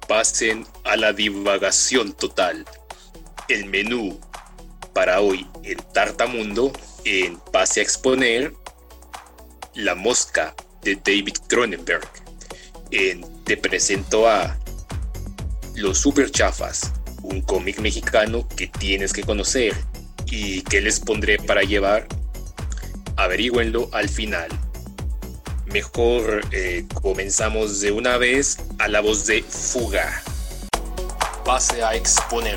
pasen a la divagación total. El menú para hoy en Tartamundo, en Pase a Exponer, La Mosca de David Cronenberg. Te presento a Los Super Chafas, un cómic mexicano que tienes que conocer. ¿Y qué les pondré para llevar? Averígüenlo al final. Mejor comenzamos de una vez a la voz de Fuga. Pase a Exponer.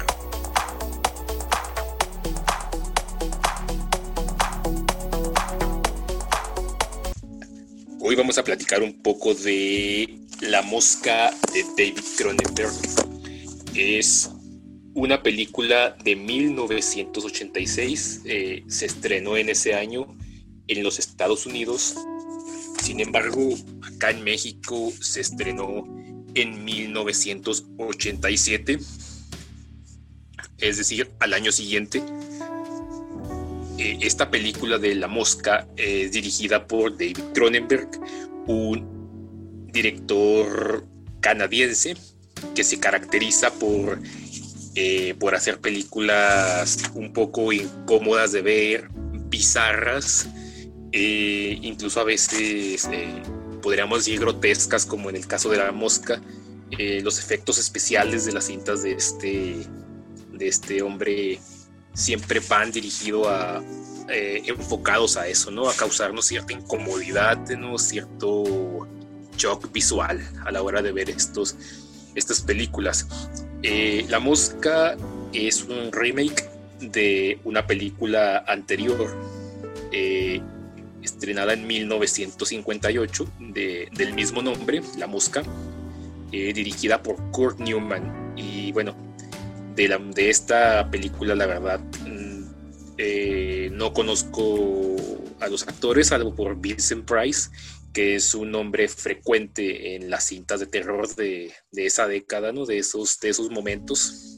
Hoy vamos a platicar un poco de La Mosca de David Cronenberg. Es una película de 1986, se estrenó en ese año en los Estados Unidos. Sin embargo, acá en México se estrenó en 1987, es decir, al año siguiente. Esta película de La Mosca es dirigida por David Cronenberg, un director canadiense que se caracteriza por hacer películas un poco incómodas de ver, bizarras, incluso a veces podríamos decir grotescas, como en el caso de La Mosca. Los efectos especiales de las cintas de este hombre siempre van dirigidos enfocados a eso, ¿no? A causarnos cierta incomodidad, ¿no? Cierto shock visual a la hora de ver estas películas. La Mosca es un remake de una película anterior, estrenada en 1958, del mismo nombre, La Mosca, dirigida por Kurt Newman. Y bueno, de esta película, la verdad, no conozco a los actores, salvo por Vincent Price, que es un nombre frecuente en las cintas de terror de esa década, ¿no? De esos momentos.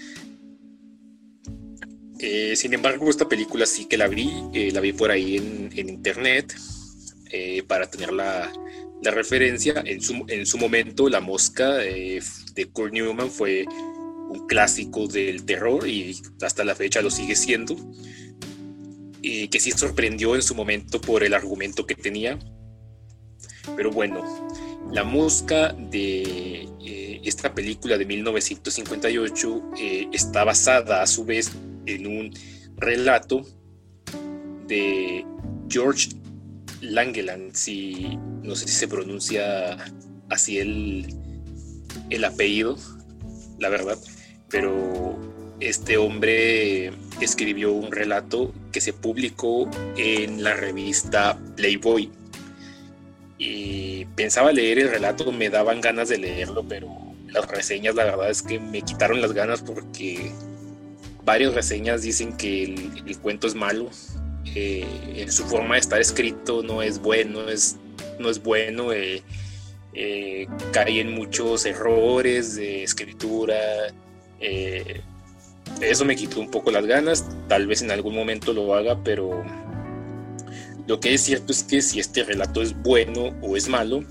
Sin embargo, esta película sí que la vi por ahí en internet, para tener la referencia. En su momento, La Mosca de Kurt Newman fue un clásico del terror y hasta la fecha lo sigue siendo, y que sí sorprendió en su momento por el argumento que tenía. Pero bueno, La Mosca de esta película de 1958 está basada a su vez en un relato de George Langeland, no sé si se pronuncia así el apellido, la verdad, pero este hombre escribió un relato que se publicó en la revista Playboy. Y pensaba leer el relato, me daban ganas de leerlo, pero las reseñas, la verdad es que me quitaron las ganas, porque varias reseñas dicen que el cuento es malo. En su forma de estar escrito no es bueno, cae en muchos errores de escritura. Eso me quitó un poco las ganas. Tal vez en algún momento lo haga, pero lo que es cierto es que si este relato es bueno o es malo,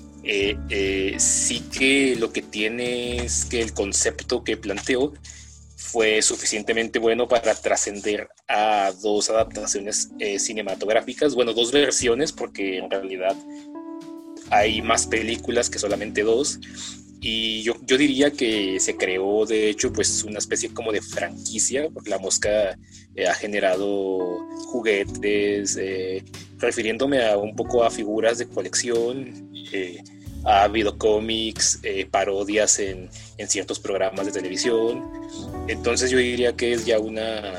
sí que lo que tiene es que el concepto que planteó fue suficientemente bueno para trascender a dos adaptaciones cinematográficas. Bueno, dos versiones, porque en realidad hay más películas que solamente dos. Y yo diría que se creó, de hecho, pues una especie como de franquicia, porque La Mosca ha generado juguetes, refiriéndome un poco a figuras de colección. Ha habido cómics, parodias en ciertos programas de televisión. Entonces yo diría que es ya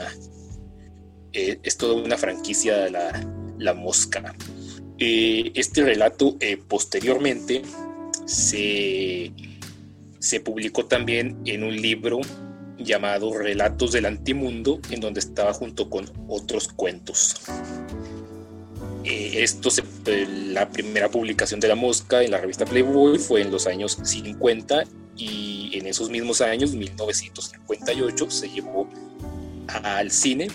es toda una franquicia la Mosca. Este relato posteriormente se publicó también en un libro llamado Relatos del Antimundo, en donde estaba junto con otros cuentos. La primera publicación de La Mosca en la revista Playboy fue en los años 50, y en esos mismos años, 1958, se llevó al cine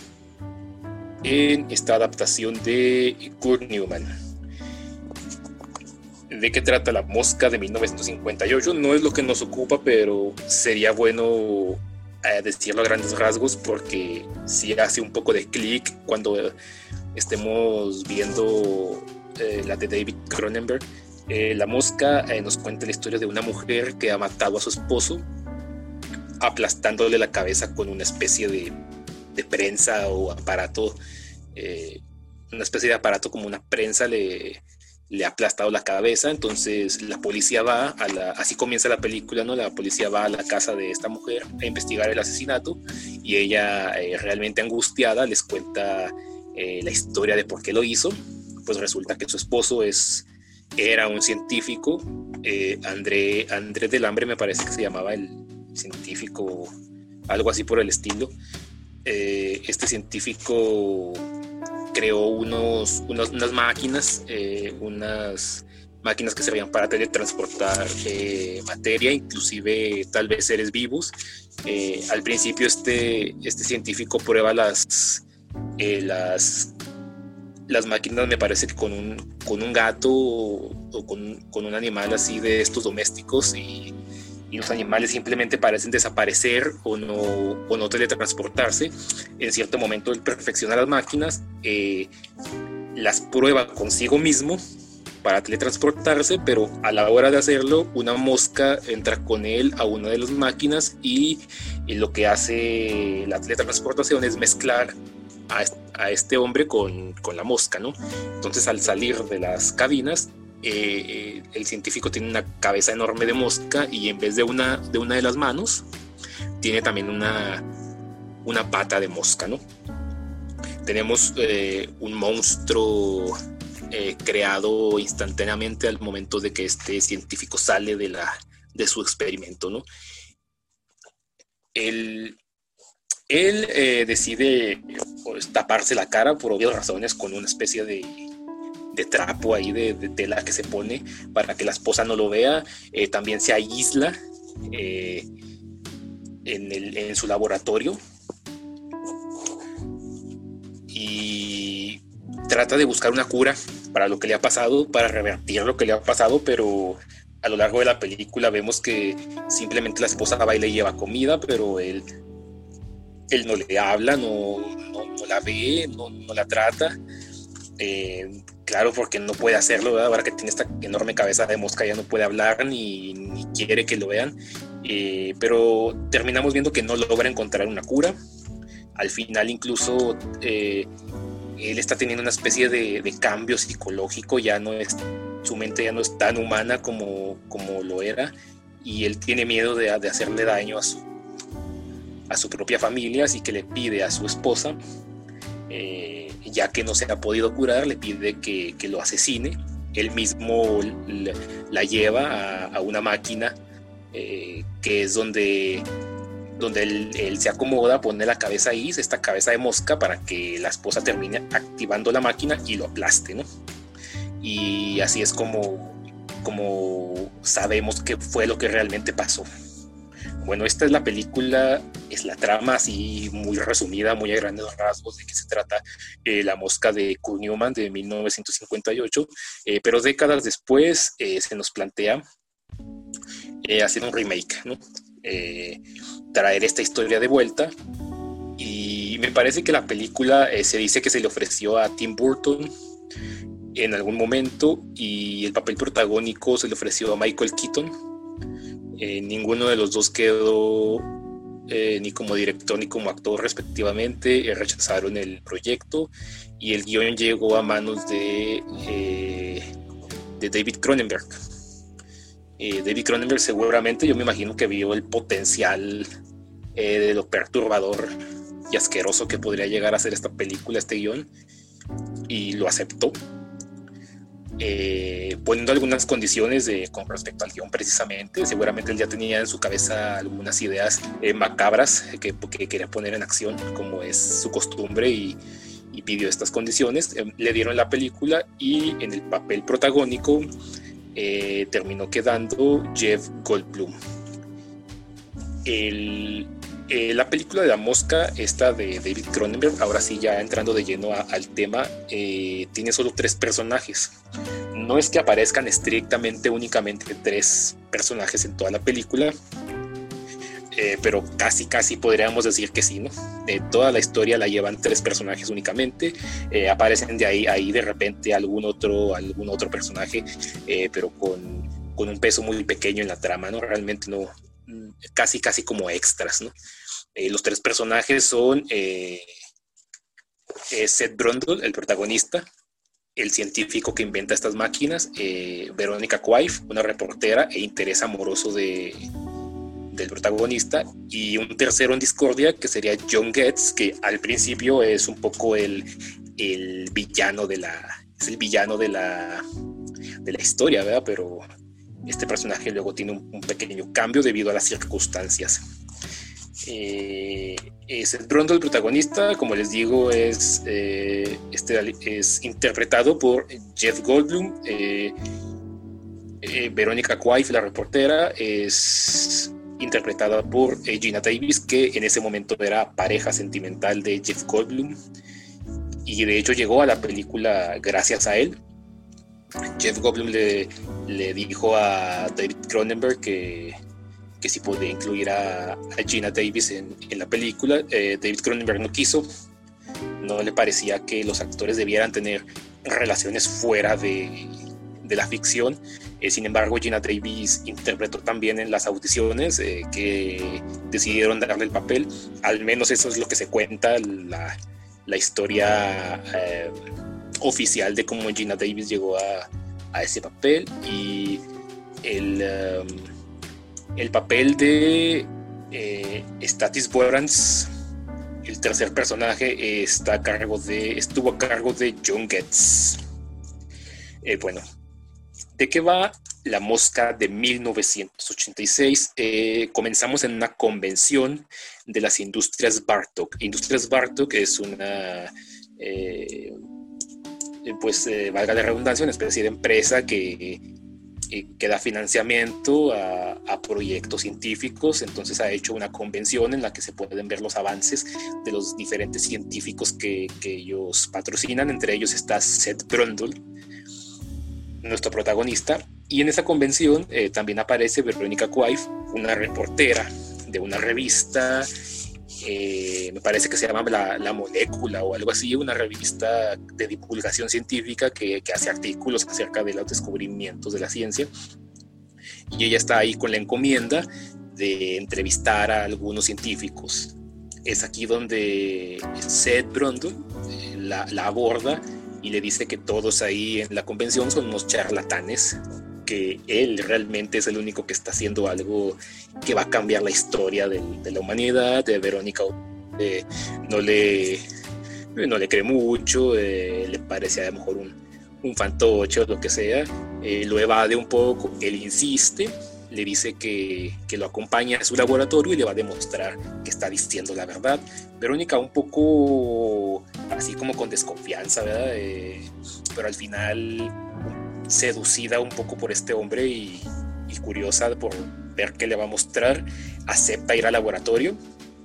en esta adaptación de Kurt Newman. ¿De qué trata La Mosca de 1958? No es lo que nos ocupa, pero sería bueno decirlo a grandes rasgos, porque sí hace un poco de clic cuando estemos viendo la de David Cronenberg. La Mosca nos cuenta la historia de una mujer que ha matado a su esposo aplastándole la cabeza con una especie de prensa o aparato, una especie de aparato como una prensa le ha aplastado la cabeza. Entonces la policía va así comienza la película, ¿no? La policía va a la casa de esta mujer a investigar el asesinato, y ella realmente angustiada les cuenta la historia de por qué lo hizo. Pues resulta que su esposo era un científico, André Delambre me parece que se llamaba el científico, algo así por el estilo. Este científico creó unas máquinas, unas máquinas que servían para teletransportar materia, inclusive tal vez seres vivos. Al principio este científico prueba las máquinas, me parece que con un gato o con un animal así de estos domésticos, y los animales simplemente parecen desaparecer o no teletransportarse. En cierto momento él perfecciona las máquinas, las prueba consigo mismo para teletransportarse, pero a la hora de hacerlo, una mosca entra con él a una de las máquinas y lo que hace la teletransportación es mezclar a este hombre con la mosca, ¿no? Entonces, al salir de las cabinas, el científico tiene una cabeza enorme de mosca, y en vez de una de las manos tiene también una pata de mosca, ¿no? Tenemos un monstruo creado instantáneamente al momento de que este científico sale de su experimento, ¿no? Él decide taparse la cara por obvias razones con una especie de trapo ahí de tela que se pone para que la esposa no lo vea. También se aísla en su laboratorio y trata de buscar una cura para lo que le ha pasado, para revertir lo que le ha pasado, pero a lo largo de la película vemos que simplemente la esposa va y le lleva comida, pero él no le habla, no la ve, no la trata. Claro, porque no puede hacerlo, ¿verdad? Ahora que tiene esta enorme cabeza de mosca ya no puede hablar ni quiere que lo vean. Pero terminamos viendo que no logra encontrar una cura. Al final incluso él está teniendo una especie de cambio psicológico, su mente ya no es tan humana como lo era, y él tiene miedo de hacerle daño a su propia familia, así que le pide a su esposa, ya que no se ha podido curar, le pide que lo asesine. Él mismo la lleva a una máquina que es donde él se acomoda, pone la cabeza ahí, esta cabeza de mosca, para que la esposa termine activando la máquina y lo aplaste, ¿no? Y así es como sabemos qué fue lo que realmente pasó. Bueno, esta es la película, es la trama así muy resumida, muy a grandes rasgos de qué se trata La Mosca de Kurt Newman de 1958, pero décadas después se nos plantea hacer un remake, ¿no? Traer esta historia de vuelta, y me parece que la película se dice que se le ofreció a Tim Burton en algún momento, y el papel protagónico se le ofreció a Michael Keaton. Ninguno de los dos quedó ni como director ni como actor respectivamente. Rechazaron el proyecto y el guión llegó a manos de David Cronenberg. David Cronenberg seguramente, yo me imagino que vio el potencial de lo perturbador y asqueroso que podría llegar a ser esta película, este guión, y lo aceptó, poniendo algunas condiciones con respecto al guión precisamente. Seguramente él ya tenía en su cabeza algunas ideas macabras que quería poner en acción, como es su costumbre, y pidió estas condiciones. Le dieron la película y en el papel protagónico terminó quedando Jeff Goldblum. La película de La Mosca, esta de David Cronenberg, ahora sí ya entrando de lleno al tema, tiene solo 3 personajes. no es que aparezcan estrictamente únicamente 3 personajes en toda la película, pero casi podríamos decir que sí, ¿no? Toda la historia la llevan 3 personajes únicamente, aparecen de ahí de repente algún otro personaje, pero con un peso muy pequeño en la trama, ¿no? Realmente no, casi como extras, ¿no? Los 3 personajes son Seth Brundle, el protagonista, el científico que inventa estas máquinas, Veronica Quaife, una reportera e interés amoroso del protagonista, y un tercero en discordia que sería John Getz, que al principio es un poco el villano de la historia, ¿verdad? Pero este personaje luego tiene un pequeño cambio debido a las circunstancias. Seth Brundle, el protagonista, como les digo, es interpretado por Jeff Goldblum. Veronica Quaife, la reportera, es interpretada por Geena Davis, que en ese momento era pareja sentimental de Jeff Goldblum, y de hecho llegó a la película gracias a él. Jeff Goldblum le dijo a David Cronenberg que si podía incluir a Geena Davis en la película. David Cronenberg no quiso, no le parecía que los actores debieran tener relaciones fuera de la ficción. Sin embargo, Geena Davis interpretó también en las audiciones que decidieron darle el papel. Al menos eso es lo que se cuenta, la historia oficial de cómo Geena Davis llegó a ese papel. Y el papel de Stathis Borans, el tercer personaje, estuvo a cargo de John Getz. Bueno, ¿de qué va La Mosca de 1986? Comenzamos en una convención de las Industrias Bartók. Industrias Bartók es una, valga la redundancia, una especie de empresa que da financiamiento a proyectos científicos. Entonces ha hecho una convención en la que se pueden ver los avances de los diferentes científicos que ellos patrocinan. Entre ellos está Seth Brundle, nuestro protagonista, y en esa convención también aparece Veronica Quaife, una reportera de una revista, me parece que se llama La Molécula o algo así, una revista de divulgación científica que hace artículos acerca de los descubrimientos de la ciencia, y ella está ahí con la encomienda de entrevistar a algunos científicos. Es aquí donde Seth Brundle la aborda y le dice que todos ahí en la convención son unos charlatanes, que él realmente es el único que está haciendo algo que va a cambiar la historia de la humanidad. Verónica no le cree mucho, le parece a lo mejor un fantoche o lo que sea, lo evade un poco. Él insiste, le dice que lo acompaña a su laboratorio y le va a demostrar que está diciendo la verdad. Verónica un poco así como con desconfianza, ¿verdad? Pero al final seducida un poco por este hombre y curiosa por ver qué le va a mostrar, acepta ir al laboratorio,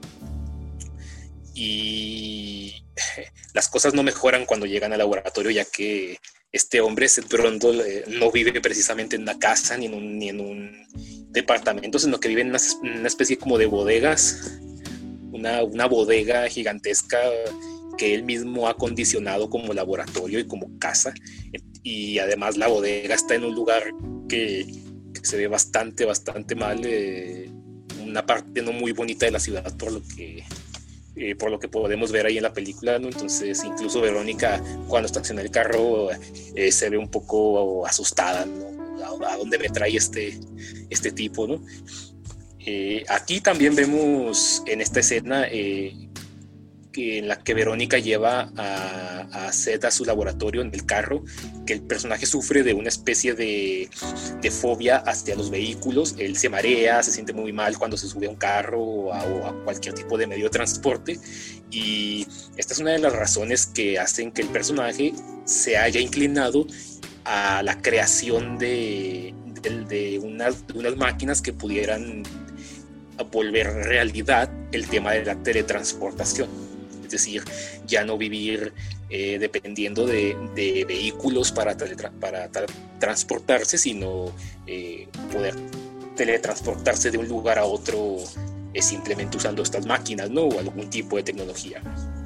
y las cosas no mejoran cuando llegan al laboratorio, ya que este hombre, Seth Brundle, no vive precisamente en una casa ni en un departamento, sino que vive en una especie como de bodegas, una bodega gigantesca que él mismo ha acondicionado como laboratorio y como casa. Y además la bodega está en un lugar que se ve bastante mal, una parte no muy bonita de la ciudad, por lo que podemos ver ahí en la película, ¿no? Entonces incluso Verónica, cuando estaciona el carro, se ve un poco asustada, ¿no? ¿A dónde me trae este tipo, ¿no? Aquí también vemos en esta escena en la que Verónica lleva a Seth a su laboratorio en el carro, que el personaje sufre de una especie de fobia hacia los vehículos. Él se marea, se siente muy mal cuando se sube a un carro o a cualquier tipo de medio de transporte, y esta es una de las razones que hacen que el personaje se haya inclinado a la creación de unas máquinas que pudieran volver realidad el tema de la teletransportación. Es decir, ya no vivir dependiendo de vehículos para transportarse, sino poder teletransportarse de un lugar a otro simplemente usando estas máquinas, ¿no? O algún tipo de tecnología.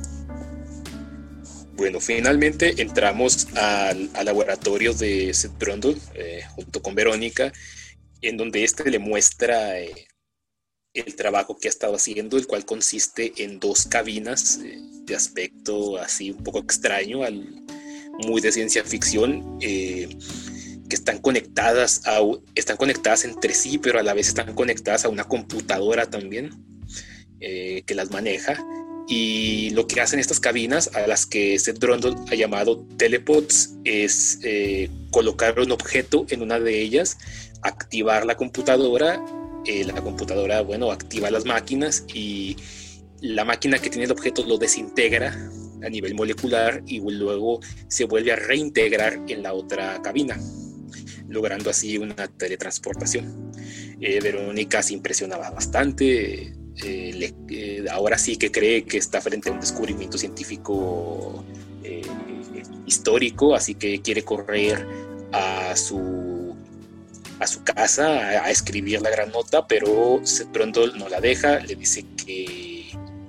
Bueno, finalmente entramos al laboratorio de Seth Brundle junto con Verónica, en donde le muestra el trabajo que ha estado haciendo, el cual consiste en dos cabinas de aspecto así un poco extraño, muy de ciencia ficción, que están conectadas entre sí, pero a la vez están conectadas a una computadora también que las maneja. Y lo que hacen estas cabinas, a las que Seth Brundle ha llamado telepods, es colocar un objeto en una de ellas, activar la computadora, activa las máquinas y la máquina que tiene el objeto lo desintegra a nivel molecular y luego se vuelve a reintegrar en la otra cabina, logrando así una teletransportación. Verónica se impresionaba bastante. Ahora sí que cree que está frente a un descubrimiento científico histórico, así que quiere correr a su casa a escribir la gran nota, pero Seth Brundle no la deja, le dice que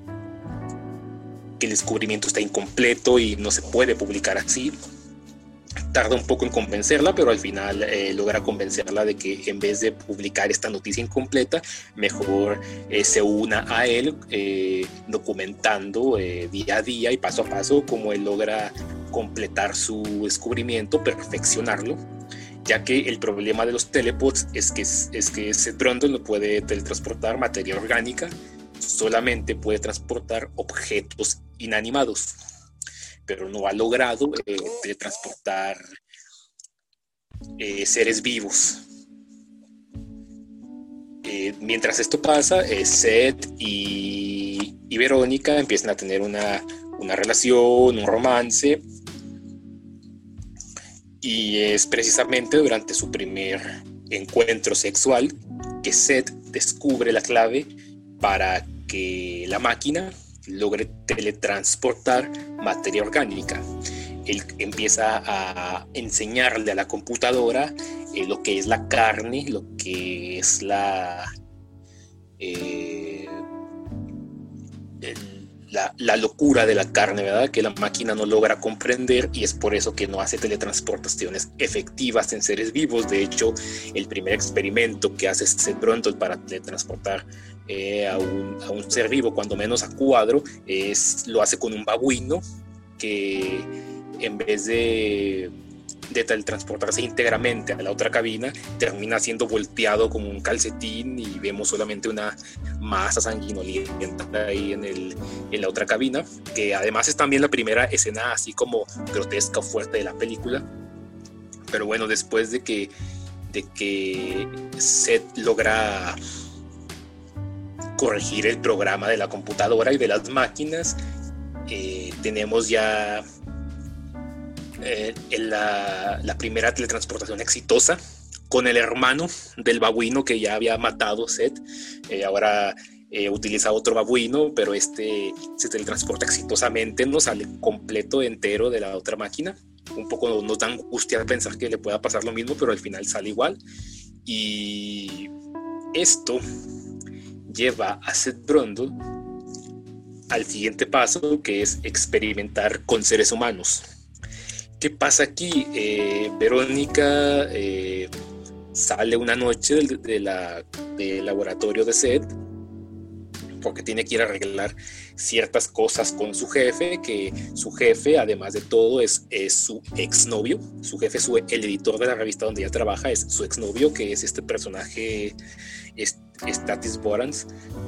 el descubrimiento está incompleto y no se puede publicar así. Tarda un poco en convencerla, pero al final logra convencerla de que en vez de publicar esta noticia incompleta, mejor se una a él, documentando día a día y paso a paso cómo él logra completar su descubrimiento, perfeccionarlo, ya que el problema de los telepods es que Seth Brundle no puede teletransportar materia orgánica, solamente puede transportar objetos inanimados, pero no ha logrado teletransportar seres vivos. Mientras esto pasa, Seth y Verónica empiezan a tener una relación, un romance, y es precisamente durante su primer encuentro sexual que Seth descubre la clave para que la máquina logre teletransportar materia orgánica. Él empieza a enseñarle a la computadora lo que es la carne, lo que es la locura de la carne, ¿verdad? Que la máquina no logra comprender, y es por eso que no hace teletransportaciones efectivas en seres vivos. De hecho, el primer experimento que hace Seth Brundle para teletransportar a un ser vivo, cuando menos a cuadro, lo hace con un babuino que en vez de teletransportarse íntegramente a la otra cabina, termina siendo volteado como un calcetín y vemos solamente una masa sanguinolenta ahí en la otra cabina, que además es también la primera escena así como grotesca o fuerte de la película. Pero bueno, después de que Seth logra corregir el programa de la computadora y de las máquinas, tenemos ya la primera teletransportación exitosa con el hermano del babuino que ya había matado Seth. Ahora utiliza otro babuino, pero se teletransporta exitosamente, no sale completo, entero de la otra máquina. Un poco nos da angustia pensar que le pueda pasar lo mismo, pero al final sale igual. Y esto lleva a Seth Brundle al siguiente paso, que es experimentar con seres humanos. ¿Qué pasa aquí? Verónica sale una noche del laboratorio de Seth porque tiene que ir a arreglar ciertas cosas con su jefe, que su jefe, además de todo, es su exnovio. Su jefe, el editor de la revista donde ella trabaja, es su exnovio, que es este personaje, Stathis Borans.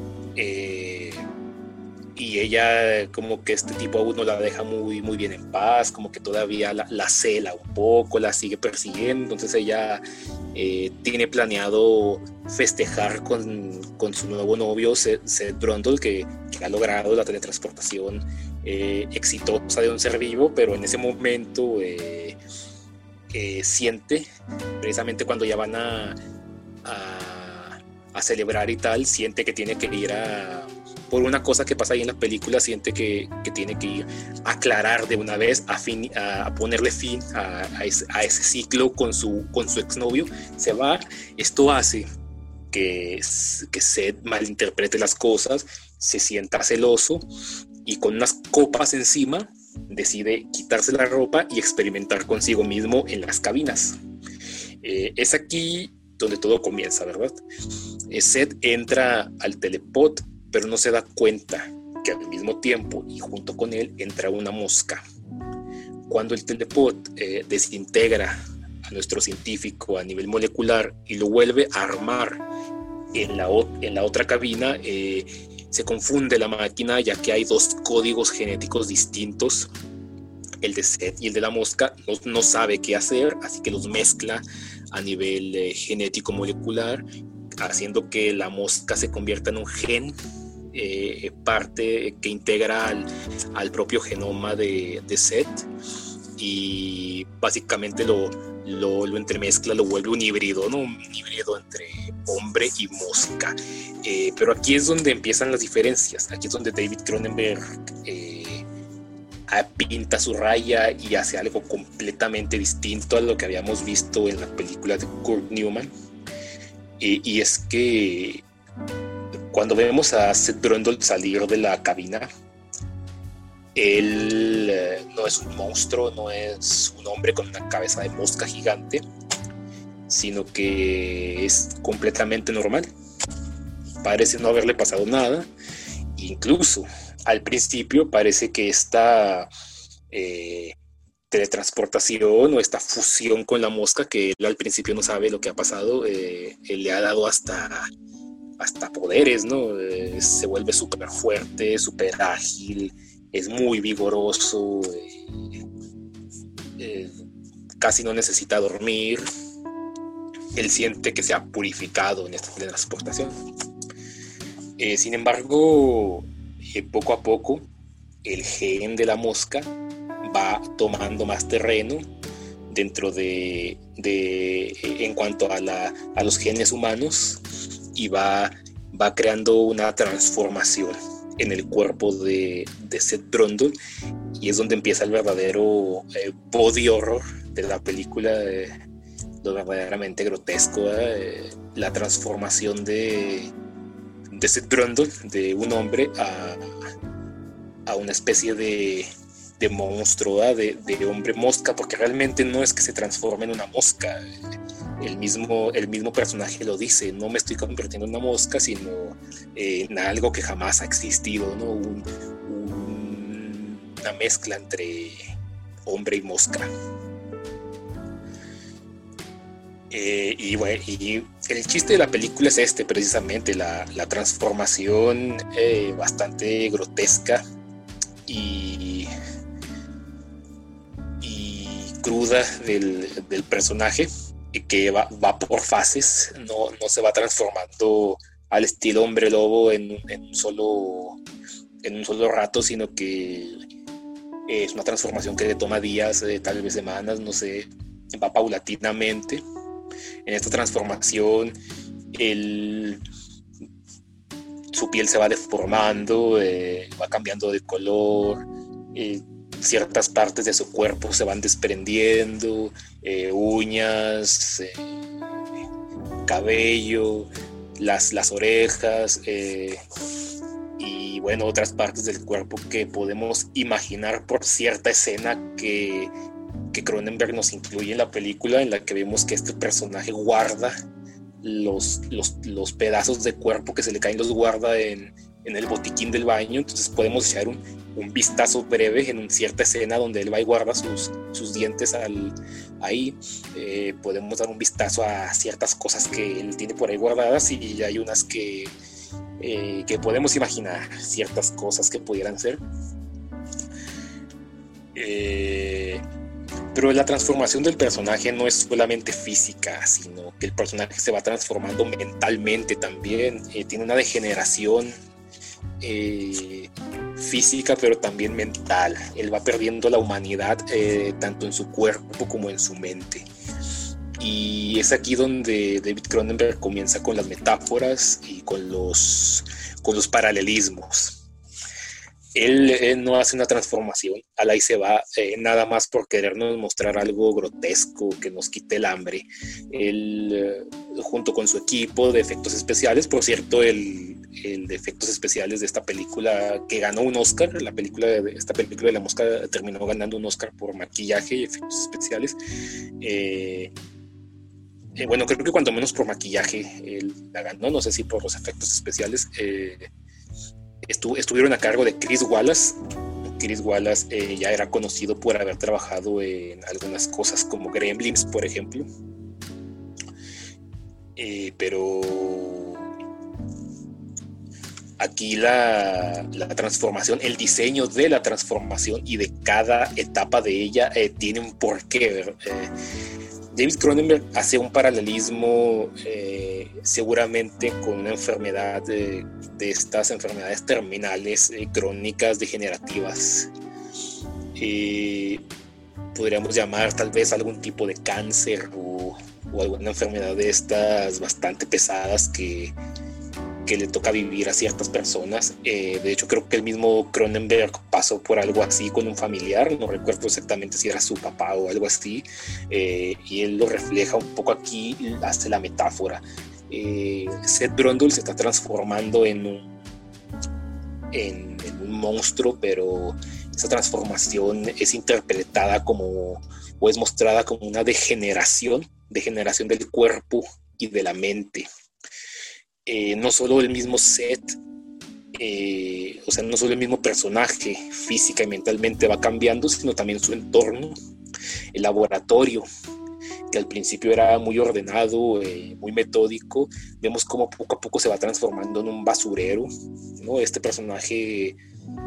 Y ella, como que este tipo aún no la deja muy, muy bien en paz, como que todavía la cela un poco, la sigue persiguiendo. Entonces ella tiene planeado festejar con su nuevo novio, Seth Brundle, que ha logrado la teletransportación exitosa de un ser vivo, pero en ese momento siente, precisamente cuando ya van a celebrar y tal, siente que tiene que ir a por una cosa que pasa ahí en la película, siente que tiene que ir a aclarar de una vez, a ponerle fin a ese ciclo con su exnovio. Se va. Esto hace que Seth malinterprete las cosas, se sienta celoso y con unas copas encima decide quitarse la ropa y experimentar consigo mismo en las cabinas. Es aquí donde todo comienza, ¿verdad? Seth entra al telepod, pero no se da cuenta que al mismo tiempo y junto con él entra una mosca. Cuando el telepod desintegra a nuestro científico a nivel molecular y lo vuelve a armar en la otra cabina, se confunde la máquina, ya que hay dos códigos genéticos distintos. El de Seth y el de la mosca no sabe qué hacer, así que los mezcla a nivel genético molecular, haciendo que la mosca se convierta en un gen, parte que integra al propio genoma de Seth, y básicamente lo entremezcla, lo vuelve un híbrido, ¿no? Un híbrido entre hombre y mosca. Pero aquí es donde empiezan las diferencias. Aquí es donde David Cronenberg pinta su raya y hace algo completamente distinto a lo que habíamos visto en la película de Kurt Newman. Y es que cuando vemos a Seth Brundle salir de la cabina, él no es un monstruo, no es un hombre con una cabeza de mosca gigante, sino que es completamente normal. Parece no haberle pasado nada. Incluso al principio parece que esta teletransportación o esta fusión con la mosca, que él al principio no sabe lo que ha pasado, él le ha dado hasta poderes, ¿no? Se vuelve súper fuerte, súper ágil, es muy vigoroso, casi no necesita dormir. Él siente que se ha purificado en esta teletransportación. Sin embargo, poco a poco el gen de la mosca va tomando más terreno dentro en cuanto a los genes humanos, y va creando una transformación en el cuerpo de Seth Brundle, y es donde empieza el verdadero body horror de la película, lo verdaderamente grotesco, la transformación de Seth Brundle, de un hombre a una especie de monstruo, de hombre mosca, porque realmente no es que se transforme en una mosca. El mismo personaje lo dice: no me estoy convirtiendo en una mosca, sino en algo que jamás ha existido, ¿no? Una mezcla entre hombre y mosca. Y el chiste de la película es precisamente la transformación bastante grotesca y cruda del personaje, que va por fases, no se va transformando al estilo hombre lobo en un solo rato, sino que es una transformación que le toma días, tal vez semanas, no sé, va paulatinamente. En esta transformación su piel se va deformando, va cambiando de color, ciertas partes de su cuerpo se van desprendiendo, uñas, cabello, las orejas, y bueno, otras partes del cuerpo que podemos imaginar por cierta escena que Cronenberg nos incluye en la película, en la que vemos que este personaje guarda los pedazos de cuerpo que se le caen, los guarda en el botiquín del baño. Entonces podemos echar un vistazo breve en cierta escena donde él va y guarda sus dientes ahí. Podemos dar un vistazo a ciertas cosas que él tiene por ahí guardadas, y hay unas que podemos imaginar ciertas cosas que pudieran ser. Pero la transformación del personaje no es solamente física, sino que el personaje se va transformando mentalmente también. Tiene una degeneración física, pero también mental. Él va perdiendo la humanidad, tanto en su cuerpo como en su mente. Y es aquí donde David Cronenberg comienza con las metáforas y con los paralelismos. Él no hace una transformación, al ahí se va, nada más por querernos mostrar algo grotesco que nos quite el hambre. Él, junto con su equipo de efectos especiales, por cierto, el de efectos especiales de esta película que ganó un Oscar, esta película de La Mosca terminó ganando un Oscar por maquillaje y efectos especiales. Bueno, creo que cuanto menos por maquillaje él la ganó, no sé si por los efectos especiales. Estuvieron a cargo de Chris Wallace. Chris Wallace ya era conocido por haber trabajado en algunas cosas como Gremlins, por ejemplo. Pero aquí la transformación, el diseño de la transformación y de cada etapa de ella tiene un porqué. David Cronenberg hace un paralelismo seguramente con una enfermedad de estas enfermedades terminales crónicas degenerativas. Podríamos llamar tal vez algún tipo de cáncer o alguna enfermedad de estas bastante pesadas que le toca vivir a ciertas personas. De hecho, creo que el mismo Cronenberg pasó por algo así con un familiar, no recuerdo exactamente si era su papá o algo así, y él lo refleja un poco aquí, hace la metáfora. Seth Brundle se está transformando en un monstruo, pero esa transformación es interpretada como, o es mostrada como una degeneración del cuerpo y de la mente. No solo el mismo Seth, o sea, no solo el mismo personaje física y mentalmente va cambiando, sino también su entorno, el laboratorio, que al principio era muy ordenado, muy metódico. Vemos cómo poco a poco se va transformando en un basurero, ¿no? Este personaje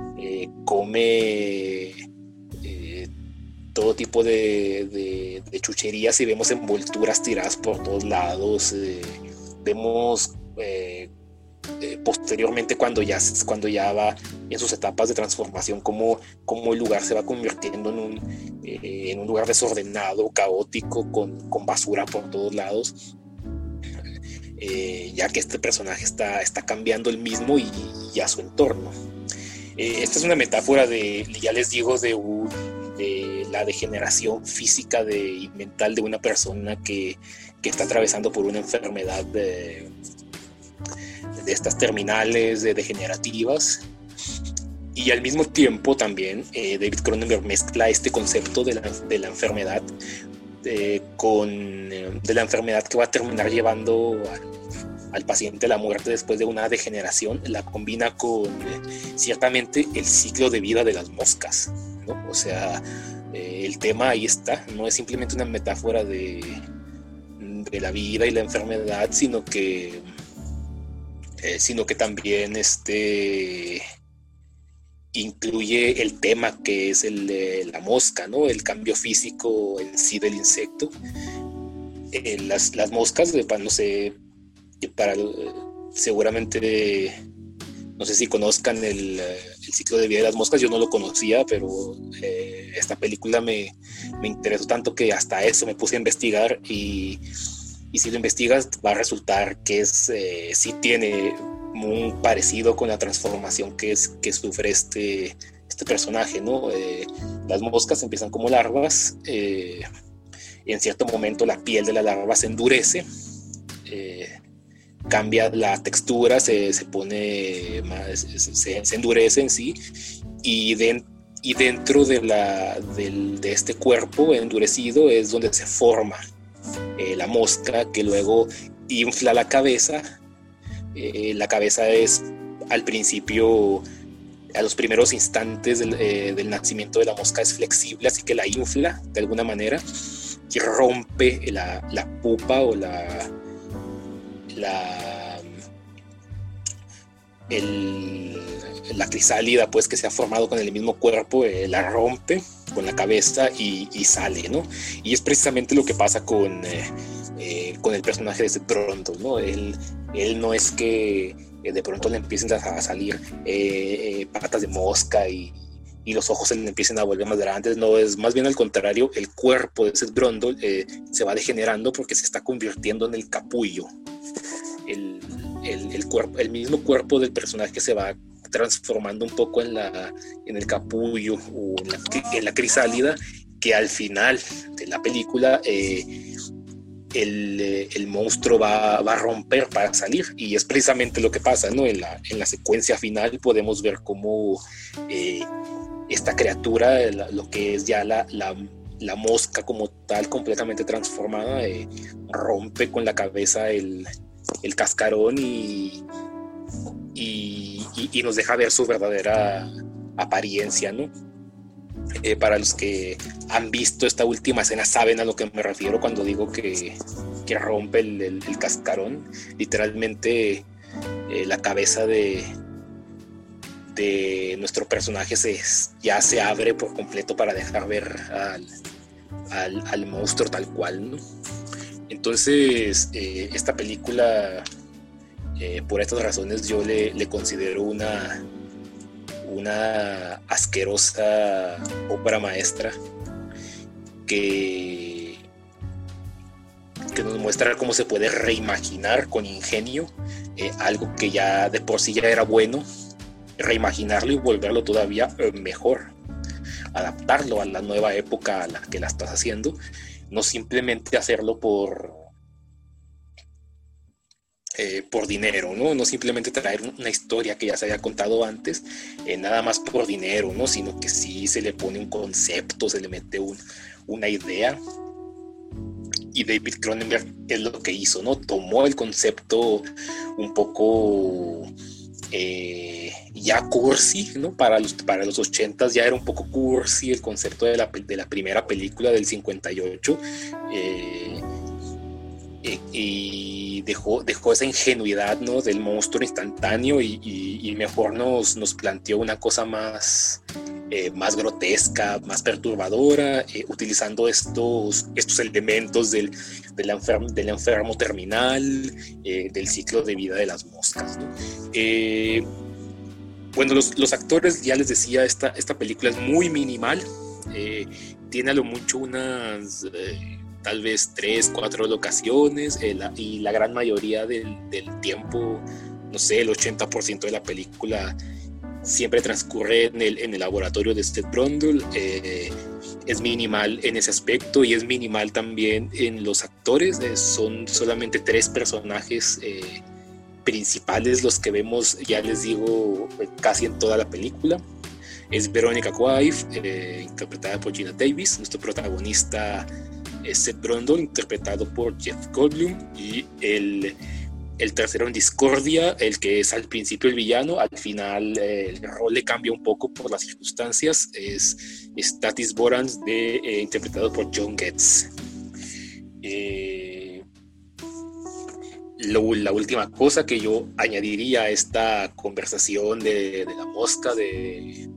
come todo tipo de chucherías y vemos envolturas tiradas por todos lados. Vemos posteriormente cuando ya va en sus etapas de transformación cómo el lugar se va convirtiendo en un lugar desordenado, caótico, con basura por todos lados, ya que este personaje está cambiando el mismo y a su entorno. Esta es una metáfora ya les digo, de la degeneración física y mental de una persona que está atravesando por una enfermedad de estas terminales degenerativas. Y al mismo tiempo también David Cronenberg mezcla este concepto de la enfermedad de la enfermedad que va a terminar llevando al paciente a la muerte después de una degeneración. La combina con ciertamente el ciclo de vida de las moscas, ¿no? O sea, el tema ahí está, no es simplemente una metáfora de la vida y la enfermedad, sino que también incluye el tema que es el de la mosca, ¿no? El cambio físico en sí del insecto. Las moscas, no sé, seguramente, no sé si conozcan el ciclo de vida de las moscas. Yo no lo conocía, pero esta película me interesó tanto que hasta eso me puse a investigar, y si lo investigas va a resultar que sí tiene un parecido con la transformación que sufre este personaje, ¿no? Las moscas empiezan como larvas, en cierto momento la piel de la larva se endurece, cambia la textura, se pone más, se endurece en sí, y dentro de este cuerpo endurecido es donde se forma la mosca, que luego infla la cabeza. La cabeza es al principio, a los primeros instantes del nacimiento de la mosca, es flexible, así que la infla de alguna manera y rompe la pupa o la crisálida, pues, que se ha formado con el mismo cuerpo, la rompe con la cabeza y sale, ¿no? Y es precisamente lo que pasa con el personaje de Seth Brundle, ¿no? Él no es que de pronto le empiecen a salir patas de mosca y y los ojos se le empiecen a volver más grandes. No, es más bien al contrario, el cuerpo de Seth Brundle se va degenerando porque se está convirtiendo en el capullo. El mismo cuerpo del personaje se va transformando un poco en el capullo o en la crisálida, que al final de la película el monstruo va a romper para salir, y es precisamente lo que pasa, ¿no? En la secuencia final podemos ver cómo esta criatura, lo que es ya la mosca como tal, completamente transformada, rompe con la cabeza el cascarón y nos deja ver su verdadera apariencia, ¿no? Para los que han visto esta última escena saben a lo que me refiero cuando digo que rompe el cascarón. Literalmente la cabeza de nuestro personaje ya se abre por completo para dejar ver al monstruo tal cual, ¿no? Entonces esta película, por estas razones, yo le considero una asquerosa obra maestra que nos muestra cómo se puede reimaginar con ingenio algo que ya de por sí ya era bueno, reimaginarlo y volverlo todavía mejor, adaptarlo a la nueva época a la que la estás haciendo, no simplemente hacerlo por dinero, ¿no? No simplemente traer una historia que ya se había contado antes, nada más por dinero, ¿no? Sino que sí se le pone un concepto, se le mete una idea. Y David Cronenberg es lo que hizo, ¿no? Tomó el concepto un poco ya cursi, ¿no? Para los 80s ya era un poco cursi el concepto de la primera película del 58, y dejó esa ingenuidad, ¿no? Del monstruo instantáneo y mejor nos planteó una cosa más grotesca, más perturbadora, utilizando estos elementos del enfermo terminal, del ciclo de vida de las moscas, ¿no? Bueno, los actores, ya les decía, esta película es muy minimal, tiene a lo mucho unas tal vez 3-4 locaciones, y la gran mayoría del tiempo, no sé, el 80% de la película siempre transcurre en el laboratorio de Seth Brundle. Es minimal en ese aspecto y es minimal también en los actores. Son solamente 3 personajes principales los que vemos, ya les digo, casi en toda la película. Es Veronica Quaife, interpretada por Geena Davis, nuestro protagonista es Seth Brundle, interpretado por Jeff Goldblum, y el tercero en discordia, el que es al principio el villano, al final el rol le cambia un poco por las circunstancias, es Stathis Borans, interpretado por John Getz. La última cosa que yo añadiría a esta conversación de La Mosca de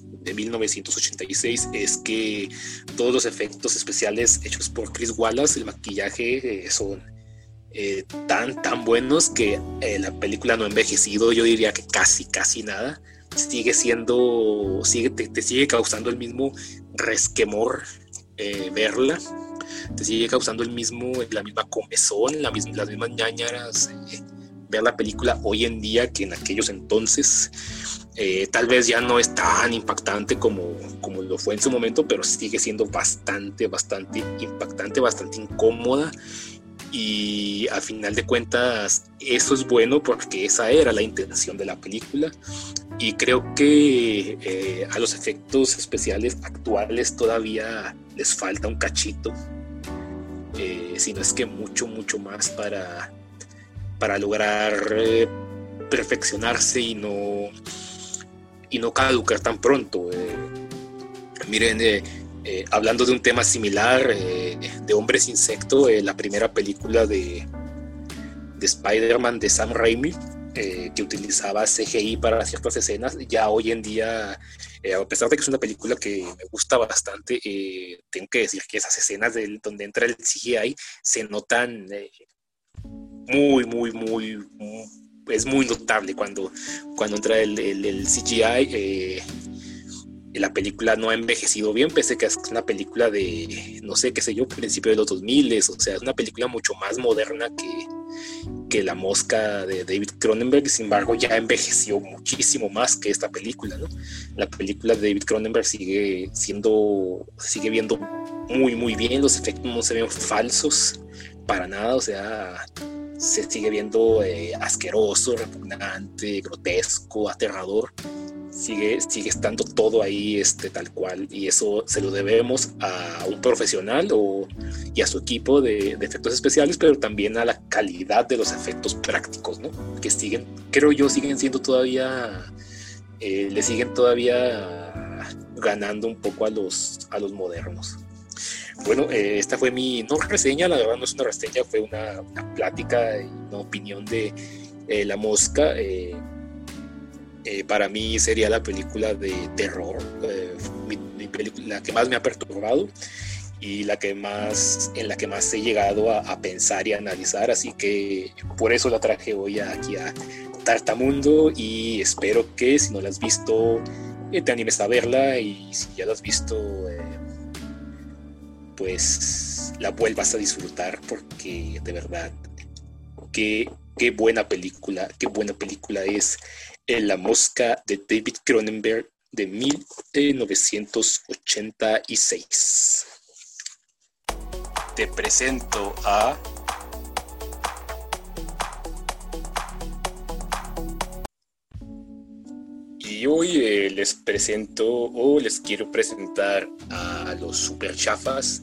1986 es que todos los efectos especiales hechos por Chris Wallace, el maquillaje, son tan buenos que la película no ha envejecido, yo diría que casi nada. Te sigue causando el mismo resquemor verla, te sigue causando la misma comezón, las mismas ñañaras ver la película hoy en día que en aquellos entonces. Tal vez ya no es tan impactante como lo fue en su momento, pero sigue siendo bastante impactante, bastante incómoda, y a final de cuentas eso es bueno porque esa era la intención de la película, y creo que a los efectos especiales actuales todavía les falta un cachito, si no es que mucho más para lograr perfeccionarse y no caducar tan pronto. Miren, hablando de un tema similar, de Hombres Insecto, la primera película de Spider-Man de Sam Raimi, que utilizaba CGI para ciertas escenas, ya hoy en día, a pesar de que es una película que me gusta bastante, tengo que decir que esas escenas donde entra el CGI se notan muy, es muy notable cuando entra el CGI. la película no ha envejecido bien, pese a que es una película de, no sé, qué sé yo, principio de los 2000, o sea, es una película mucho más moderna que La Mosca de David Cronenberg. Sin embargo, ya envejeció muchísimo más que esta película, ¿no? La película de David Cronenberg sigue viendo muy, muy bien, los efectos no se ven falsos para nada, o sea, se sigue viendo asqueroso, repugnante, grotesco, aterrador. Sigue estando todo ahí tal cual, y eso se lo debemos a un profesional y a su equipo de efectos especiales, pero también a la calidad de los efectos prácticos, ¿no? Que creo yo, siguen siendo todavía, le siguen todavía ganando un poco a los modernos. Bueno, esta fue no reseña, la verdad no es una reseña, fue una plática y una opinión de La Mosca. Para mí sería la película de terror, mi película, la que más me ha perturbado y en la que más he llegado a pensar y a analizar, así que por eso la traje hoy aquí a Tartamundo, y espero que si no la has visto te animes a verla, y si ya la has visto pues la vuelvas a disfrutar, porque de verdad qué buena película es La Mosca de David Cronenberg de 1986. Te presento a y hoy les quiero presentar a los super chafas.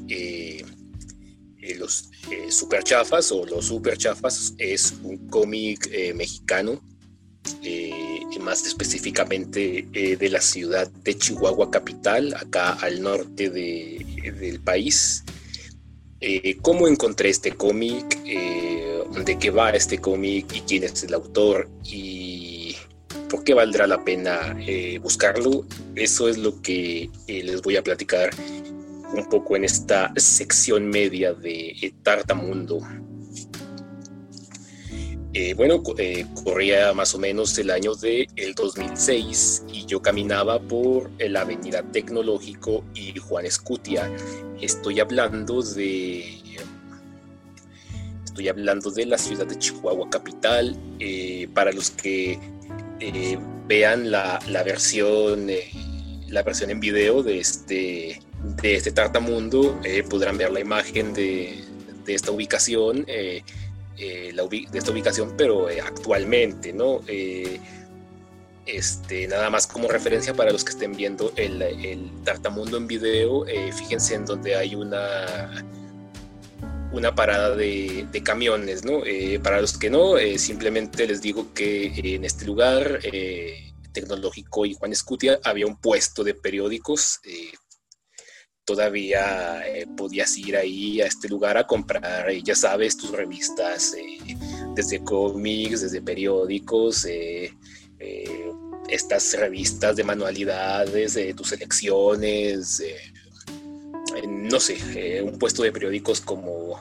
Los super chafas o los super chafas es un cómic mexicano, más específicamente de la ciudad de Chihuahua capital, acá al norte del país. ¿Cómo encontré este cómic? ¿De qué va este cómic? ¿Y quién es el autor? ¿Y por qué valdrá la pena buscarlo? Eso es lo que les voy a platicar un poco en esta sección media de Tartamundo. Corría más o menos el año del 2006 y yo caminaba por la avenida Tecnológico y Juan Escutia. Estoy hablando de la ciudad de Chihuahua capital. Para los que vean la versión en video de este Tartamundo, podrán ver la imagen de esta ubicación. De esta ubicación, pero actualmente, ¿no? Nada más como referencia para los que estén viendo el Tartamundo en video, fíjense en donde hay una parada de camiones, ¿no? Para los que no, simplemente les digo que en este lugar, Tecnológico y Juan Escutia, había un puesto de periódicos. Todavía podías ir ahí a este lugar a comprar, ya sabes, tus revistas, desde cómics, desde periódicos, estas revistas de manualidades, tus selecciones, no sé, un puesto de periódicos como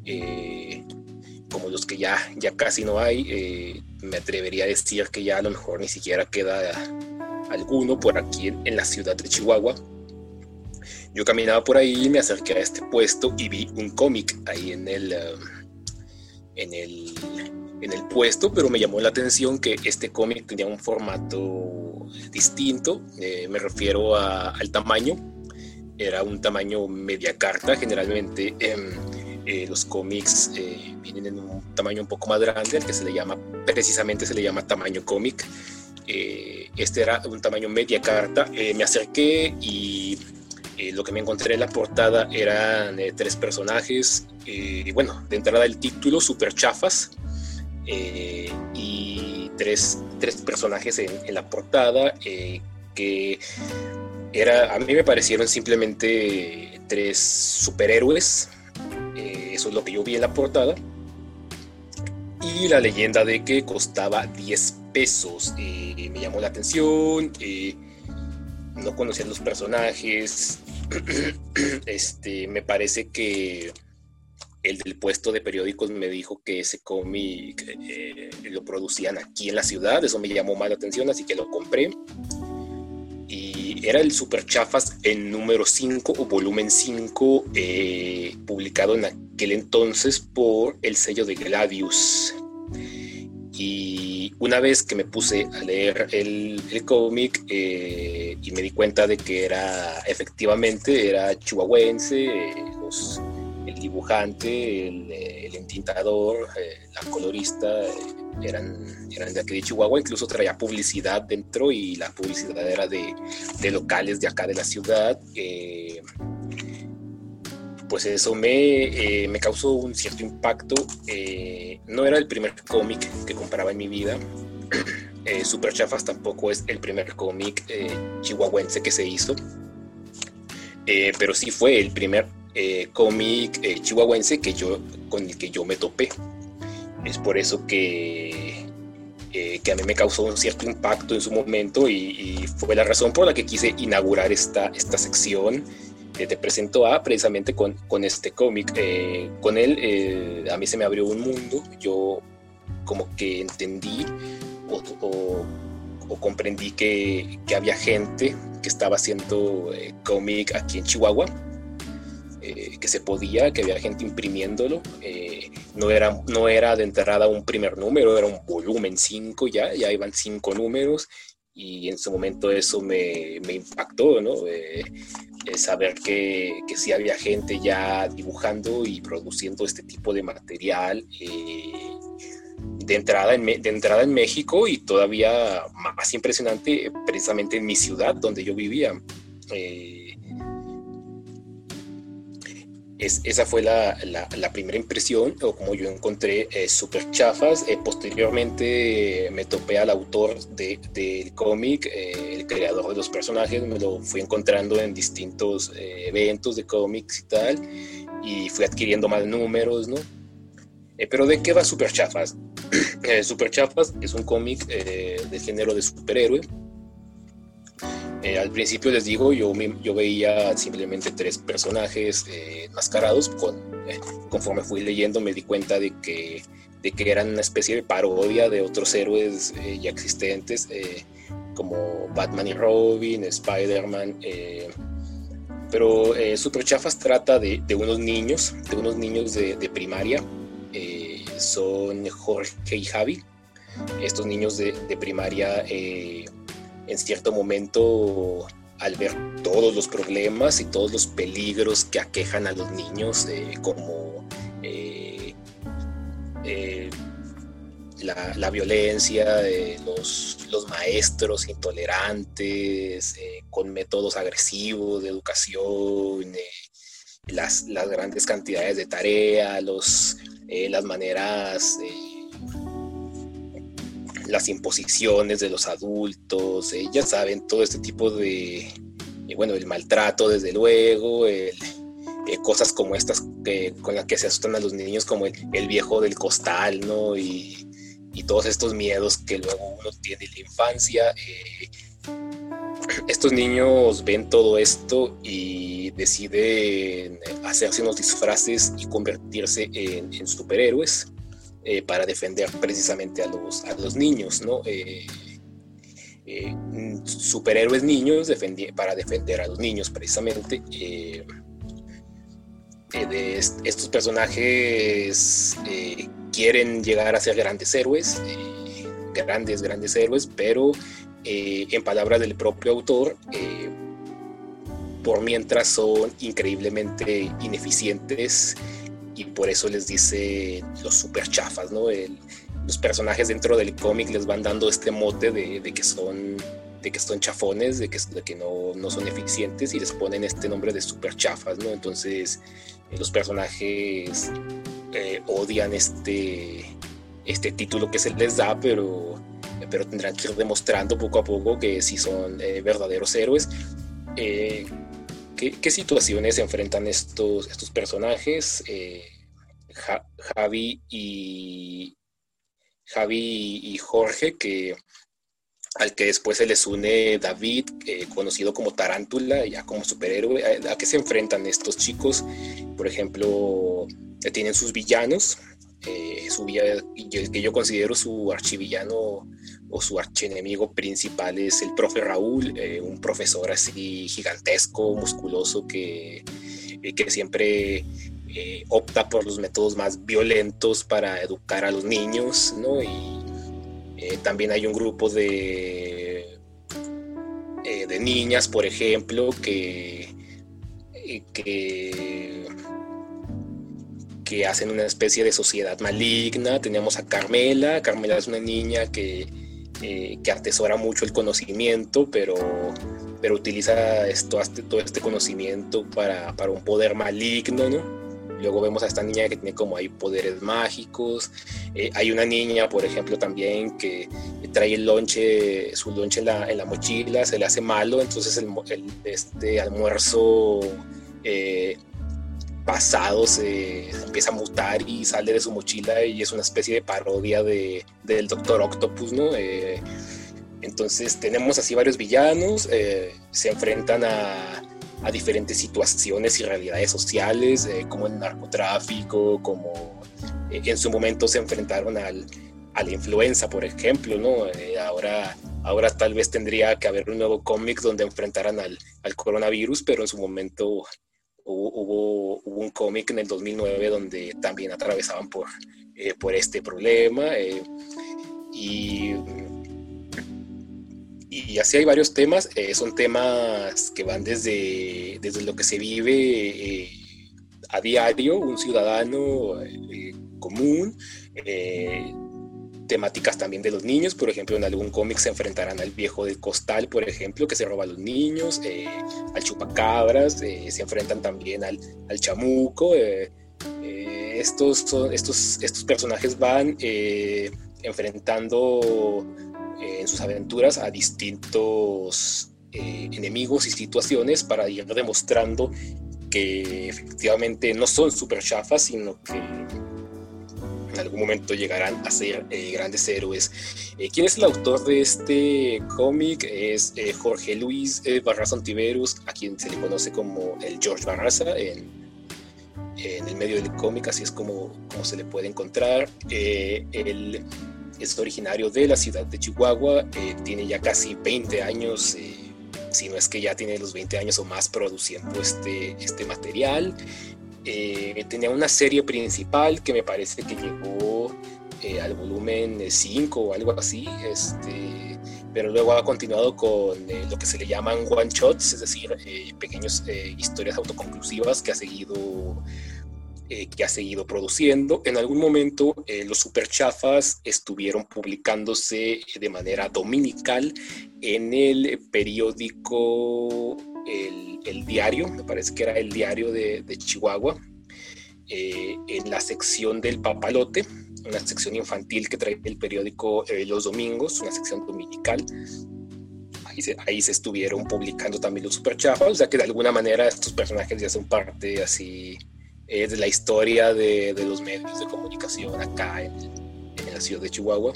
los que ya casi no hay. Me atrevería a decir que ya a lo mejor ni siquiera queda alguno por aquí en la ciudad de Chihuahua. Yo caminaba por ahí, me acerqué a este puesto y vi un cómic ahí en el puesto, pero me llamó la atención que este cómic tenía un formato distinto. Me refiero al tamaño. Era un tamaño media carta. Generalmente los cómics vienen en un tamaño un poco más grande, al que se le llama tamaño cómic. Este era un tamaño media carta. Me acerqué y lo que me encontré en la portada eran 3 personajes. De entrada el título, super chafas, y tres personajes en la portada, que a mí me parecieron simplemente 3 superhéroes. Eso es lo que yo vi en la portada, y la leyenda de que costaba 10 pesos. Me llamó la atención. No conocía los personajes. Me parece que el del puesto de periódicos me dijo que ese cómic lo producían aquí en la ciudad. Eso me llamó más la atención, así que lo compré. Y era el Super Chafas en número 5 o volumen 5, publicado en aquel entonces por el sello de Gladius. Y una vez que me puse a leer el cómic, y me di cuenta de que efectivamente era chihuahuense, el dibujante, el entintador, la colorista, eran de aquí de Chihuahua. Incluso traía publicidad dentro, y la publicidad era de locales de acá de la ciudad. Pues eso me causó un cierto impacto. No era el primer cómic que compraba en mi vida. Super Chafas tampoco es el primer cómic chihuahuense que se hizo, pero sí fue el primer cómic chihuahuense con el que yo me topé. Es por eso que a mí me causó un cierto impacto en su momento, y fue la razón por la que quise inaugurar esta sección. Te presento precisamente con este cómic. Con él a mí se me abrió un mundo. Yo como que entendí o comprendí que había gente que estaba haciendo cómic aquí en Chihuahua, que se podía, que había gente imprimiéndolo. No era de entrada un primer número, era un volumen 5, ya iban 5 números, y en su momento eso me impactó, ¿no? Saber que sí había gente ya dibujando y produciendo este tipo de material de entrada en México, y todavía más impresionante precisamente en mi ciudad donde yo vivía. Esa fue la primera impresión, o como yo encontré Super Chafas. Posteriormente me topé al autor del cómic, el creador de los personajes. Me lo fui encontrando en distintos eventos de cómics y tal, y fui adquiriendo más números, ¿no? Pero ¿de qué va Super Chafas? Super Chafas es un cómic de género de superhéroe. Al principio les digo, yo veía simplemente 3 personajes enmascarados. Conforme fui leyendo me di cuenta de que eran una especie de parodia de otros héroes ya existentes, como Batman y Robin, Spider-Man. Pero Super Chafas trata de unos niños de primaria. Son Jorge y Javi. Estos niños de primaria, en cierto momento, al ver todos los problemas y todos los peligros que aquejan a los niños, como la violencia, los maestros intolerantes, con métodos agresivos de educación, las grandes cantidades de tarea, las maneras, las imposiciones de los adultos, ya saben, todo este tipo de, el maltrato, desde luego, cosas como estas con las que se asustan a los niños, como el viejo del costal, ¿no? Y todos estos miedos que luego uno tiene en la infancia. Estos niños ven todo esto y deciden hacerse unos disfraces y convertirse en superhéroes, para defender precisamente a los niños, ¿no? Superhéroes niños para defender a los niños, precisamente. Estos personajes quieren llegar a ser grandes héroes, grandes héroes, pero en palabras del propio autor, por mientras son increíblemente ineficientes, y por eso les dice los super chafas, ¿no? Los personajes dentro del cómic les van dando este mote de que son chafones, de que no son eficientes, y les ponen este nombre de super chafas, ¿no? Entonces los personajes odian este título que se les da, pero tendrán que ir demostrando poco a poco que sí son verdaderos héroes. ¿Qué situaciones enfrentan estos personajes? Javi y Jorge, al que después se les une David, conocido como Tarántula, ya como superhéroe. ¿A qué se enfrentan estos chicos? Por ejemplo, tienen sus villanos. y el que yo considero su archivillano o su archienemigo principal es el profe Raúl, un profesor así gigantesco, musculoso, que siempre opta por los métodos más violentos para educar a los niños, ¿no? Y también hay un grupo de niñas, por ejemplo, que hacen una especie de sociedad maligna. Tenemos a Carmela. Carmela es una niña que atesora mucho el conocimiento, pero utiliza todo este conocimiento para un poder maligno, ¿no? Luego vemos a esta niña que tiene como ahí poderes mágicos. Hay una niña, por ejemplo, también que trae su lonche en la mochila, se le hace malo, entonces este almuerzo pasado se empieza a mutar y sale de su mochila y es una especie de parodia del Doctor Octopus, ¿no? Entonces tenemos así varios villanos, se enfrentan a diferentes situaciones y realidades sociales, como el narcotráfico, como en su momento se enfrentaron a la influenza, por ejemplo, ¿no? Ahora tal vez tendría que haber un nuevo cómic donde enfrentaran al coronavirus, pero en su momento hubo un cómic en el 2009 donde también atravesaban por este problema, y así hay varios temas. Son temas que van desde lo que se vive a diario, un ciudadano común, temáticas también de los niños. Por ejemplo, en algún cómic se enfrentarán al viejo del costal, por ejemplo, que se roba a los niños, al chupacabras, se enfrentan también al chamuco. Estos personajes van enfrentando en sus aventuras a distintos enemigos y situaciones para ir demostrando que efectivamente no son súper chafas, sino que en algún momento llegarán a ser grandes héroes. ¿Quién es el autor de este cómic? Es Jorge Luis Barraza Ontiveros, a quien se le conoce como el George Barraza en el medio del cómic, así es como se le puede encontrar. Él es originario de la ciudad de Chihuahua, tiene ya casi 20 años, si no es que ya tiene los 20 años o más produciendo este material. Tenía una serie principal que me parece que llegó al volumen 5 o algo así, pero luego ha continuado con lo que se le llaman one shots, es decir, pequeñas historias autoconclusivas que ha seguido produciendo. En algún momento los super chafas estuvieron publicándose de manera dominical en el periódico el Diario, me parece que era el Diario de Chihuahua, en la sección del Papalote, una sección infantil que trae el periódico los domingos, una sección dominical. Ahí se estuvieron publicando también los super chafas, o sea que de alguna manera estos personajes ya son parte así de la historia de los medios de comunicación acá en la ciudad de Chihuahua.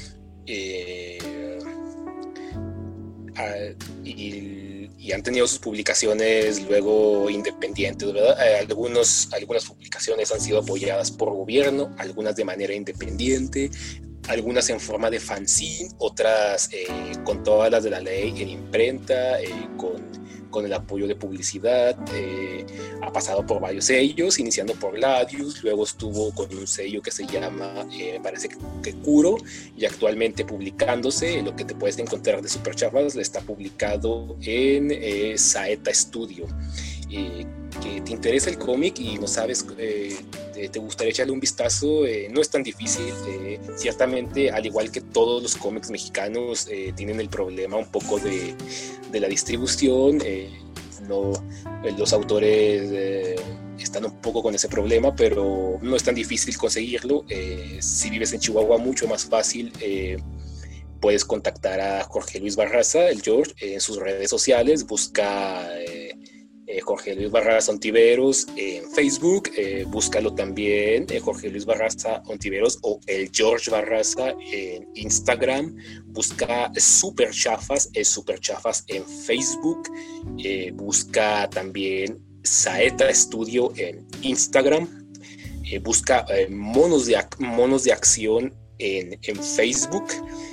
Y han tenido sus publicaciones luego independientes, ¿verdad? Algunas publicaciones han sido apoyadas por gobierno, algunas de manera independiente, algunas en forma de fanzine, otras con todas las de la ley en imprenta, con el apoyo de publicidad. Ha pasado por varios sellos, iniciando por Gladius, luego estuvo con un sello que se llama, me parece que Curo, y actualmente publicándose. Lo que te puedes encontrar de Super Chafas está publicado en Saeta Studio. Que te interesa el cómic y no sabes, te gustaría echarle un vistazo, no es tan difícil. Ciertamente, al igual que todos los cómics mexicanos, tienen el problema un poco de la distribución. Los autores están un poco con ese problema, pero no es tan difícil conseguirlo. Si vives en Chihuahua, mucho más fácil. Puedes contactar a Jorge Luis Barraza, el George, en sus redes sociales. Busca Jorge Luis Barraza Ontiveros en Facebook, búscalo también, Jorge Luis Barraza Ontiveros o el George Barraza en Instagram. Busca Super Chafas en Facebook, busca también Saeta Studio en Instagram. busca monos de acción en Facebook.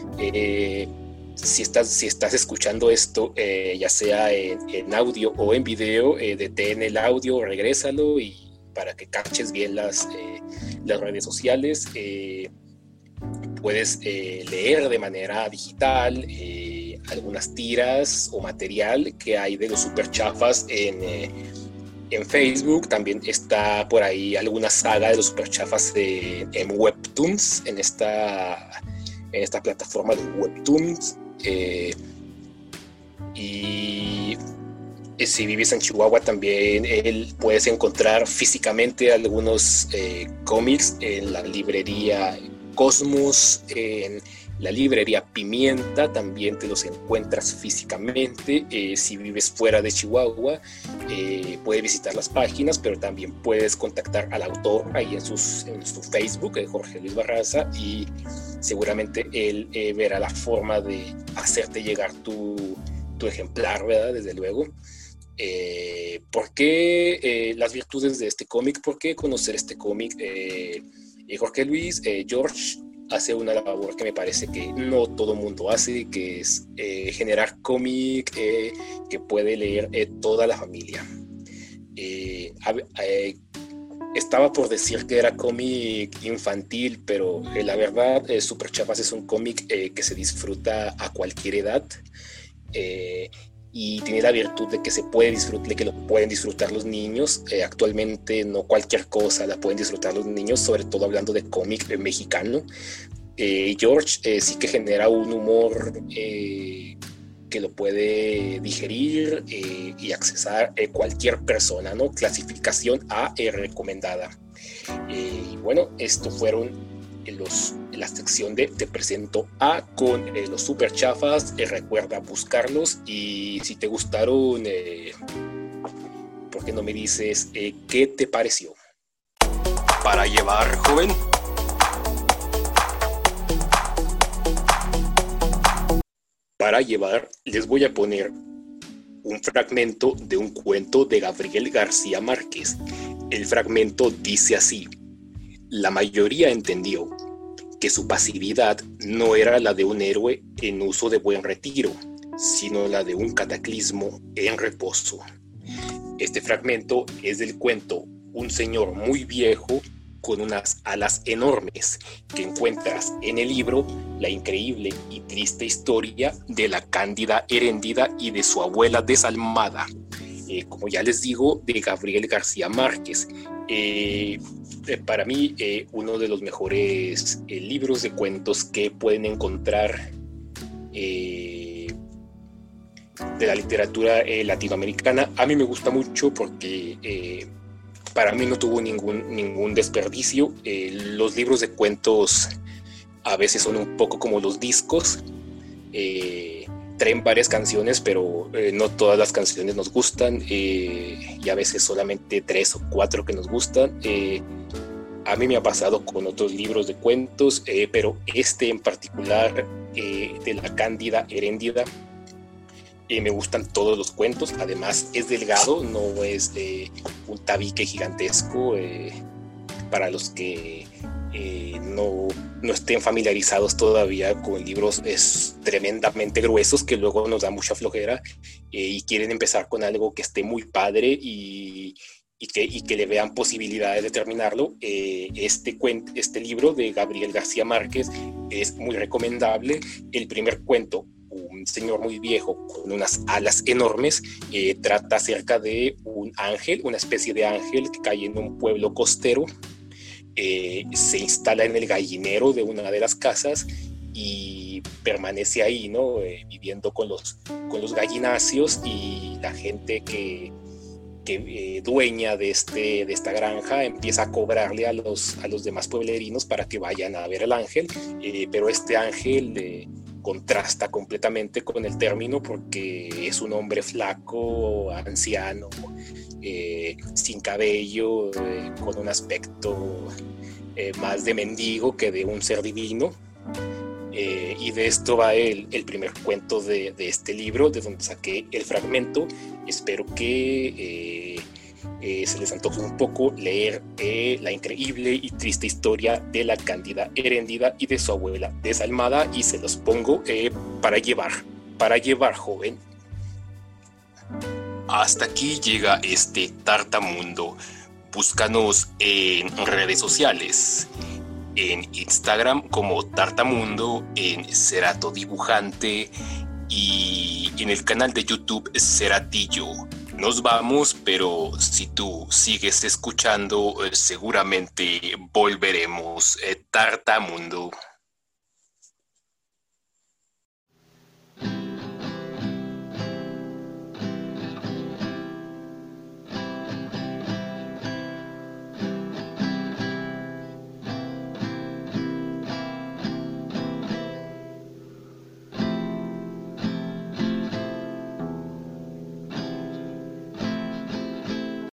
Si estás escuchando esto, ya sea en audio o en video, detén el audio, regrésalo y para que caches bien las redes sociales. Puedes leer de manera digital algunas tiras o material que hay de los superchafas en Facebook. También está por ahí alguna saga de los superchafas en Webtoons, en esta plataforma de Webtoons. Y si vives en Chihuahua también puedes encontrar físicamente algunos cómics en la librería Cosmos, en la librería Pimienta también te los encuentras físicamente. Si vives fuera de Chihuahua, puedes visitar las páginas, pero también puedes contactar al autor ahí en su Facebook, Jorge Luis Barraza, y seguramente él verá la forma de hacerte llegar tu ejemplar, ¿verdad? Desde luego. ¿Por qué las virtudes de este cómic? ¿Por qué conocer este cómic? Jorge Luis, George hace una labor que me parece que no todo mundo hace, que es generar cómic que puede leer toda la familia. Estaba por decir que era cómic infantil, pero la verdad, Superchafas es un cómic que se disfruta a cualquier edad. Y tiene la virtud de que que lo pueden disfrutar los niños. Actualmente no cualquier cosa la pueden disfrutar los niños, sobre todo hablando de cómic mexicano. George sí que genera un humor que lo puede digerir y accesar cualquier persona, ¿no? Clasificación A recomendada. Y bueno, estos fueron la sección de Te presento a con los super chafas. Recuerda buscarlos, y si te gustaron, ¿por qué no me dices qué te pareció? Para llevar, joven. Para llevar, les voy a poner un fragmento de un cuento de Gabriel García Márquez. El fragmento dice así: la mayoría entendió que su pasividad no era la de un héroe en uso de buen retiro, sino la de un cataclismo en reposo. Este fragmento es del cuento Un señor muy viejo con unas alas enormes, que encuentras en el libro La increíble y triste historia de la Cándida Heréndida y de su abuela desalmada. Como ya les digo, de Gabriel García Márquez. Para mí, uno de los mejores libros de cuentos que pueden encontrar de la literatura latinoamericana. A mí me gusta mucho porque para mí no tuvo ningún desperdicio. Los libros de cuentos a veces son un poco como los discos. Traen varias canciones, pero no todas las canciones nos gustan, y a veces solamente 3 o 4 que nos gustan. A mí me ha pasado con otros libros de cuentos, pero este en particular, de la Cándida Heréndida, me gustan todos los cuentos. Además es delgado, no es un tabique gigantesco. Para los que no estén familiarizados todavía con libros tremendamente gruesos, que luego nos da mucha flojera, y quieren empezar con algo que esté muy padre y que le vean posibilidades de terminarlo, este libro de Gabriel García Márquez es muy recomendable. El primer cuento, Un señor muy viejo con unas alas enormes, trata acerca de un ángel, una especie de ángel que cae en un pueblo costero. Se instala en el gallinero de una de las casas y permanece ahí, ¿no? Viviendo con los gallinacios, y la gente que dueña de esta granja empieza a cobrarle a los demás pueblerinos para que vayan a ver al ángel, pero este ángel contrasta completamente con el término, porque es un hombre flaco, anciano, sin cabello, con un aspecto más de mendigo que de un ser divino. Y de esto va el primer cuento de este libro, de donde saqué el fragmento. Espero que se les antojó un poco leer la increíble y triste historia de la Cándida Heréndida y de su abuela desalmada, y se los pongo para llevar, joven. Hasta aquí llega este Tartamundo. Búscanos en redes sociales, en Instagram como Tartamundo, en Cerato Dibujante y en el canal de YouTube Ceratillo. Nos vamos, pero si tú sigues escuchando, seguramente volveremos. Tartamundo.